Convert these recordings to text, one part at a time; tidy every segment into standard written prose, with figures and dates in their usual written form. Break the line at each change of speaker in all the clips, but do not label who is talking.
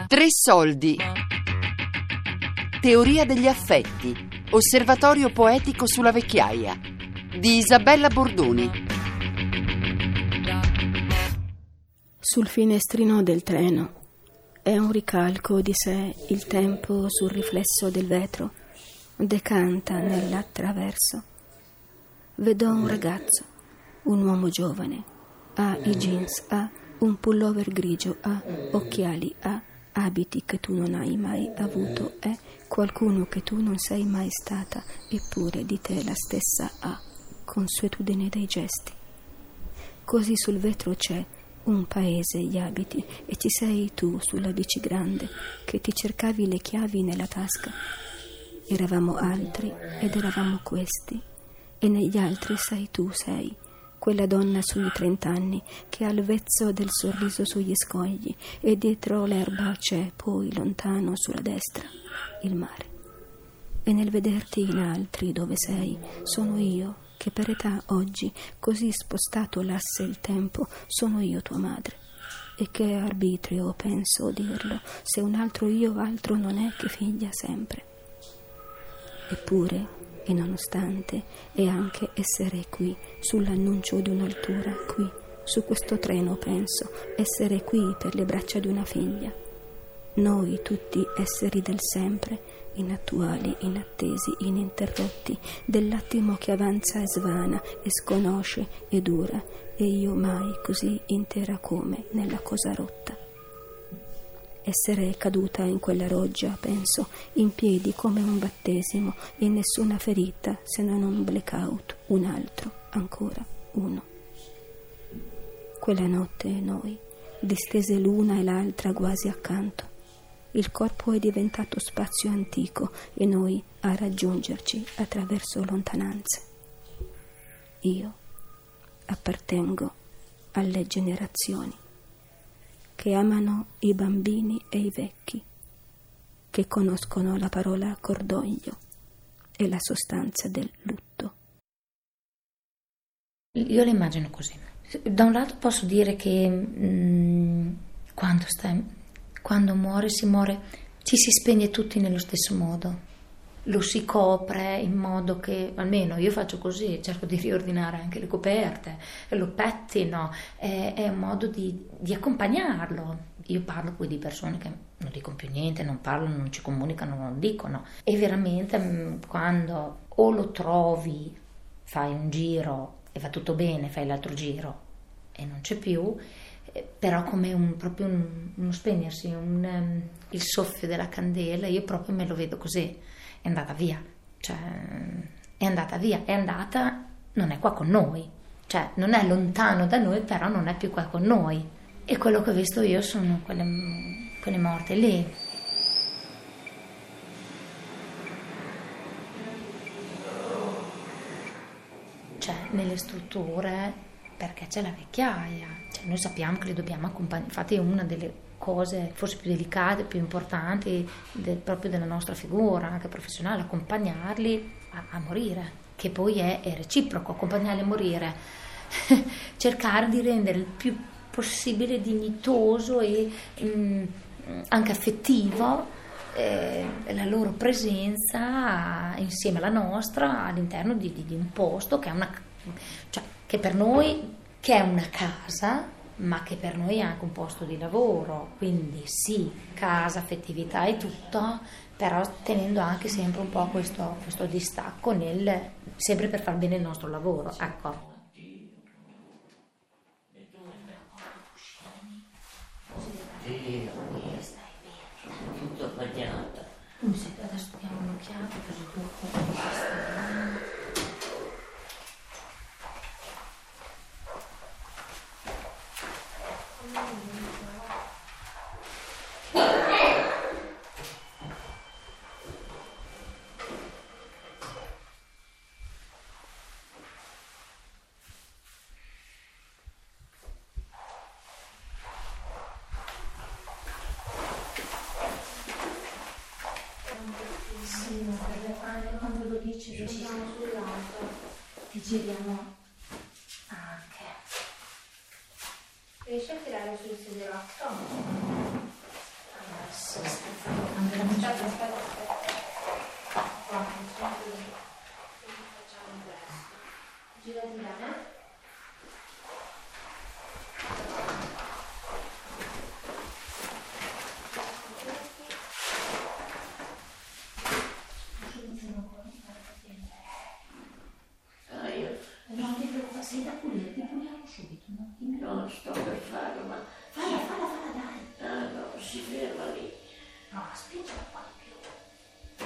Tre soldi. Teoria degli affetti. Osservatorio poetico sulla vecchiaia di Isabella Bordoni.
Sul finestrino del treno è un ricalco di sé il tempo sul riflesso del vetro, decanta nell'attraverso. Vedo un ragazzo, un uomo giovane, ha i jeans, ha un pullover grigio, ha occhiali, ha abiti che tu non hai mai avuto, è qualcuno che tu non sei mai stata, eppure di te la stessa ha, consuetudine dei gesti. Così sul vetro c'è un paese, gli abiti, e ci sei tu sulla bici grande che ti cercavi le chiavi nella tasca. Eravamo altri ed eravamo questi, e negli altri sei quella donna sui 30 anni che ha il vezzo del sorriso sugli scogli, e dietro l'erba c'è poi lontano sulla destra il mare. E nel vederti in altri dove sei sono io che per età oggi, così spostato l'asse il tempo, sono io tua madre. E che arbitrio, penso dirlo, se un altro io altro non è che figlia sempre. Eppure, e nonostante, è anche essere qui, sull'annuncio di un'altura, qui, su questo treno, penso, essere qui per le braccia di una figlia. Noi tutti esseri del sempre, inattuali, inattesi, ininterrotti, dell'attimo che avanza e svana e sconosce e dura, e io mai così intera come nella cosa rotta. Essere caduta in quella roggia, penso, in piedi come un battesimo, e nessuna ferita se non un blackout, un altro, ancora uno. Quella notte noi, distese l'una e l'altra quasi accanto, il corpo è diventato spazio antico e noi a raggiungerci attraverso lontananze. Io appartengo alle generazioni che amano i bambini e i vecchi, che conoscono la parola cordoglio e la sostanza del lutto.
Io le immagino così. Da un lato posso dire che quando muore, ci si spegne tutti nello stesso modo. Lo si copre in modo che, almeno io faccio così, cerco di riordinare anche le coperte, lo pettino, è un modo di accompagnarlo. Io parlo poi di persone che non dicono più niente, non parlano, non ci comunicano, non dicono. E veramente quando o lo trovi, fai un giro e va tutto bene, fai l'altro giro e non c'è più, però come proprio uno spegnersi, il soffio della candela, io proprio me lo vedo così. È andata via, non è qua con noi, cioè non è lontano da noi, però non è più qua con noi. E quello che ho visto io sono quelle morte lì. Cioè nelle strutture, perché c'è la vecchiaia, cioè noi sappiamo che le dobbiamo accompagnare. Infatti è una delle cose forse più delicate, più importanti proprio della nostra figura anche professionale, accompagnarli a morire, che poi è reciproco, accompagnarli a morire cercare di rendere il più possibile dignitoso e anche affettivo la loro presenza insieme alla nostra all'interno di un posto che è che per noi che è una casa, ma che per noi è anche un posto di lavoro, quindi sì, casa, affettività e tutto, però tenendo anche sempre un po' questo distacco sempre per far bene il nostro lavoro, ecco.
Tutto sbagliato.
Adesso diamo un'occhiata così dopo. Sì, ma per le pane quando lo dici siamo sull'alto, ti giriamo anche. Riesci a tirare sul sederotto? Allora, sì.
Sei da pulire, ti puliamo subito, no? No, sto per farlo, ma... Falla, dai! Ah, no, si ferma lì. No, spingila qua più.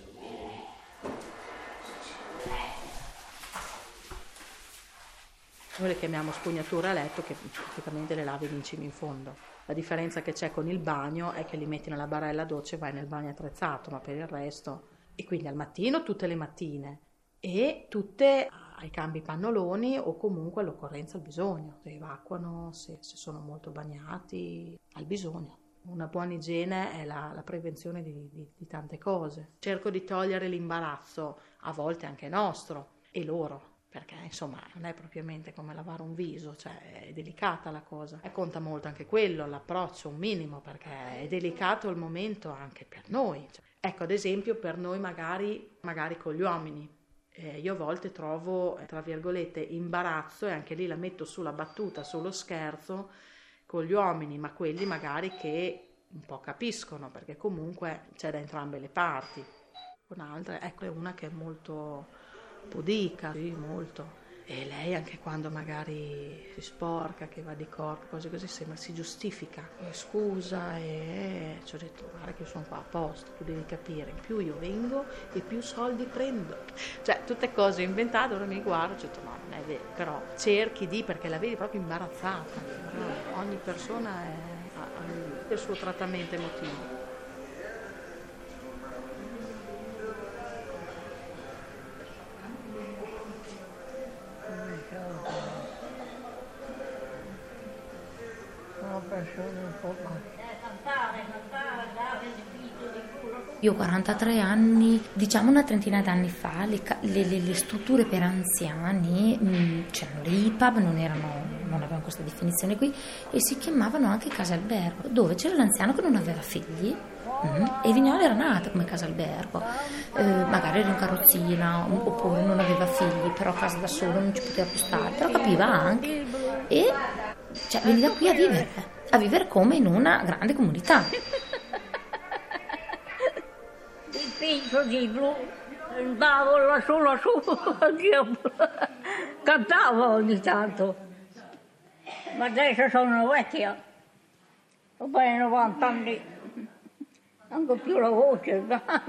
Noi le chiamiamo spugnatura a letto, che praticamente le lavi l'incima in fondo. La differenza che c'è con il bagno è che li metti nella barella doccia e vai nel bagno attrezzato, ma per il resto... E quindi al mattino, tutte le mattine, e tutte... ai cambi pannoloni o comunque all'occorrenza al bisogno, se evacuano, se sono molto bagnati, al bisogno. Una buona igiene è la prevenzione di tante cose. Cerco di togliere l'imbarazzo, a volte anche nostro, e loro, perché insomma non è propriamente come lavare un viso, cioè è delicata la cosa. E conta molto anche quello, l'approccio, un minimo, perché è delicato il momento anche per noi. Ecco, ad esempio per noi magari con gli uomini. Io a volte trovo, tra virgolette, imbarazzo, e anche lì la metto sulla battuta, sullo scherzo, con gli uomini, ma quelli magari che un po' capiscono, perché comunque c'è da entrambe le parti. Un'altra, ecco, è una che è molto pudica, sì, molto. E lei anche quando magari si sporca, che va di corpo, cose così, sembra si giustifica, scusa, e ci ho detto guarda che io sono qua apposta, tu devi capire, in più io vengo e più soldi prendo, cioè tutte cose inventate. Ora mi guardo e ho detto no, non è vero, però cerchi perché la vedi proprio imbarazzata, però ogni persona ha il suo trattamento emotivo.
Io ho 43 anni, diciamo una trentina d'anni fa, le strutture per anziani, c'erano le IPAB, non avevano questa definizione qui, e si chiamavano anche case albergo, dove c'era l'anziano che non aveva figli, e Vignola era nata come casa albergo, magari era in carrozzina oppure non aveva figli, però a casa da solo non ci poteva più stare, però capiva anche, e cioè, veniva qui a vivere come in una grande comunità.
Il figlio di blu andavo lassù, cantavo ogni tanto, ma adesso sono vecchia, ho ben 90 anni, anche più la voce.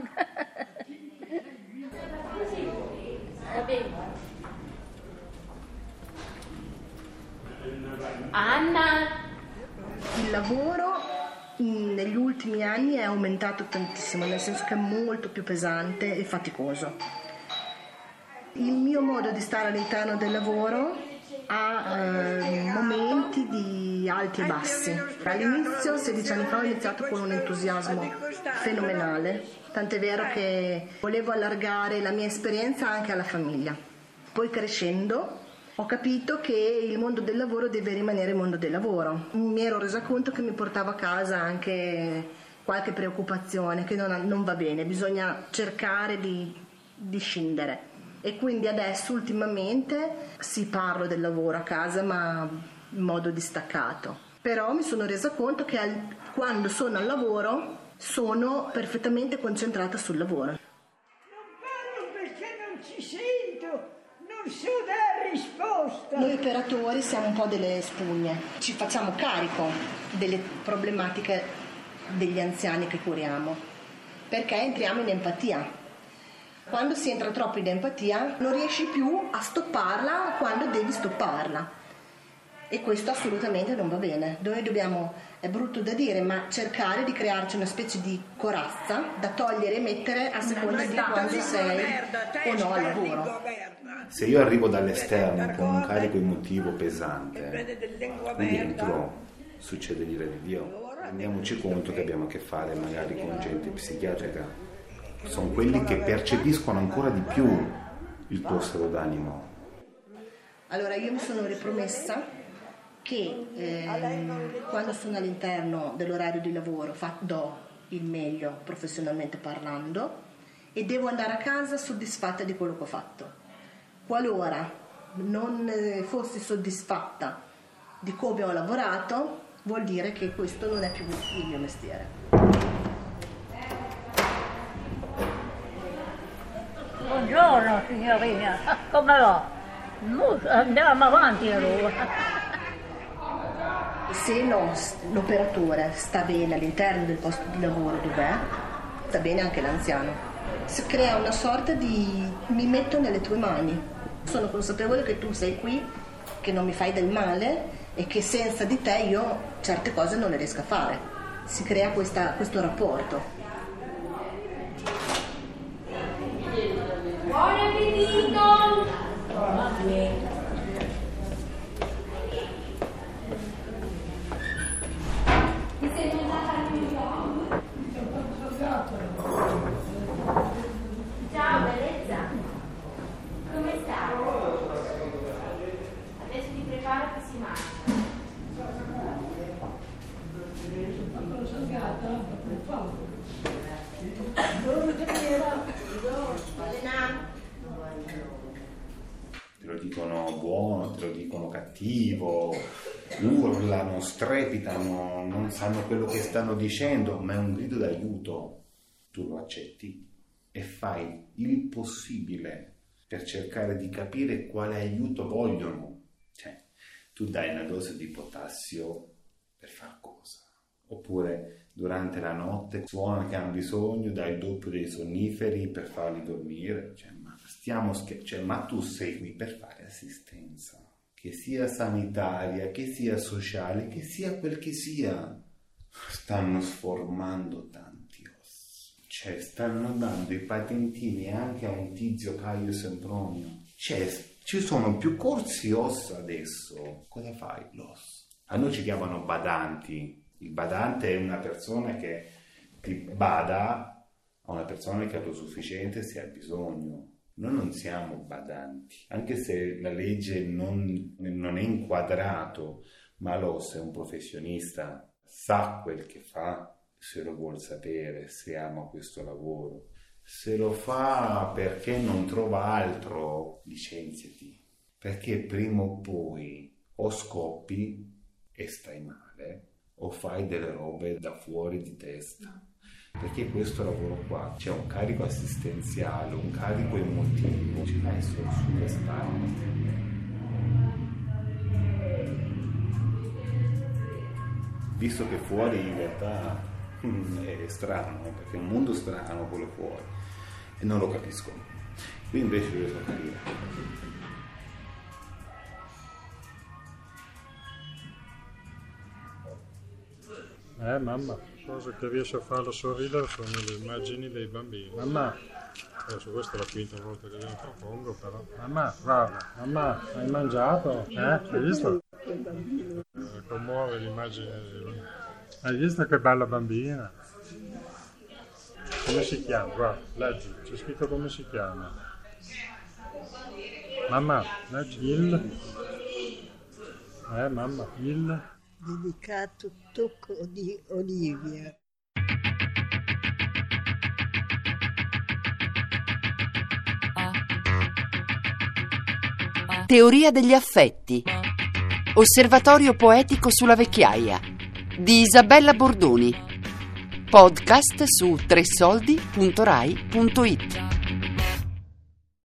Anna!
Il lavoro negli ultimi anni è aumentato tantissimo, nel senso che è molto più pesante e faticoso. Il mio modo di stare all'interno del lavoro ha momenti di alti e bassi. All'inizio, 16 anni fa, ho iniziato con un entusiasmo fenomenale, tant'è vero che volevo allargare la mia esperienza anche alla famiglia. Poi crescendo ho capito che il mondo del lavoro deve rimanere mondo del lavoro. Mi ero resa conto che mi portava a casa anche qualche preoccupazione, che non va bene, bisogna cercare di scindere. E quindi adesso ultimamente si parla del lavoro a casa, ma in modo distaccato. Però mi sono resa conto che quando sono al lavoro sono perfettamente concentrata sul lavoro.
Non parlo perché non ci sento. Non so dare risposta.
Noi operatori siamo un po' delle spugne, ci facciamo carico delle problematiche degli anziani che curiamo, perché entriamo in empatia. Quando si entra troppo in empatia non riesci più a stopparla quando devi stopparla, e questo assolutamente non va bene. Noi dobbiamo, è brutto da dire, ma cercare di crearci una specie di corazza da togliere e mettere a seconda di quando sei o no al lavoro.
Se io arrivo dall'esterno con un carico emotivo pesante, qui dentro succede l'ira di Dio. Rendiamoci conto che abbiamo a che fare magari con gente psichiatrica. Sono quelli che percepiscono ancora di più il tuo stato d'animo.
Allora io mi sono ripromessa che quando sono all'interno dell'orario di lavoro do il meglio professionalmente parlando e devo andare a casa soddisfatta di quello che ho fatto. Qualora non fossi soddisfatta di come ho lavorato, vuol dire che questo non è più il mio mestiere.
Buongiorno signorina, come va? Andiamo avanti allora.
Se l'operatore sta bene all'interno del posto di lavoro dov'è, sta bene anche l'anziano. Si crea una sorta di mi metto nelle tue mani. Sono consapevole che tu sei qui, che non mi fai del male e che senza di te io certe cose non le riesco a fare. Si crea questo rapporto.
Buon appetito! Ciao bellezza, come stai? Adesso ti preparo che si mangia.
Te lo dicono buono, te lo dicono cattivo, urlano, strepitano, non sanno quello che stanno dicendo, ma è un grido d'aiuto. Tu lo accetti e fai il possibile per cercare di capire quale aiuto vogliono. Cioè, tu dai una dose di potassio per far cosa? Oppure durante la notte suona che hanno bisogno, dai il doppio dei sonniferi per farli dormire. Cioè, ma tu sei qui per fare assistenza, che sia sanitaria, che sia sociale, che sia quel che sia. Stanno sformando tanti ossi, cioè stanno dando i patentini anche a un tizio Caio Sempronio. Cioè, ci sono più corsi ossa adesso. Cosa fai? L'osso. A noi ci chiamano badanti. Il badante è una persona che ti bada a una persona che ha lo sufficiente se ha bisogno. Noi non siamo badanti, anche se la legge non è inquadrato, ma l'osso è un professionista, sa quel che fa, se lo vuol sapere, se ama questo lavoro. Se lo fa perché non trova altro, licenziati, perché prima o poi o scoppi e stai male o fai delle robe da fuori di testa. Perché questo lavoro qua c'è un carico assistenziale, un carico emotivo, ci fai solo sulle spalle. Visto che fuori in realtà è strano, perché è un mondo strano quello fuori e non lo capisco. Qui invece riesco a capire.
Mamma, cosa che riesce a farlo sorridere sono le immagini dei bambini. Mamma, adesso questa è la quinta volta che glielo propongo, però. Mamma, guarda, mamma, hai mangiato? Hai visto? Commuove l'immagine. Hai visto che bella bambina? Come si chiama? Guarda, leggi, c'è scritto come si chiama. Mamma, leggi il. Mamma, il.
Dedicato tocco di Olivia.
Teoria degli affetti. Osservatorio poetico sulla vecchiaia di Isabella Bordoni. Podcast su 3soldi.rai.it.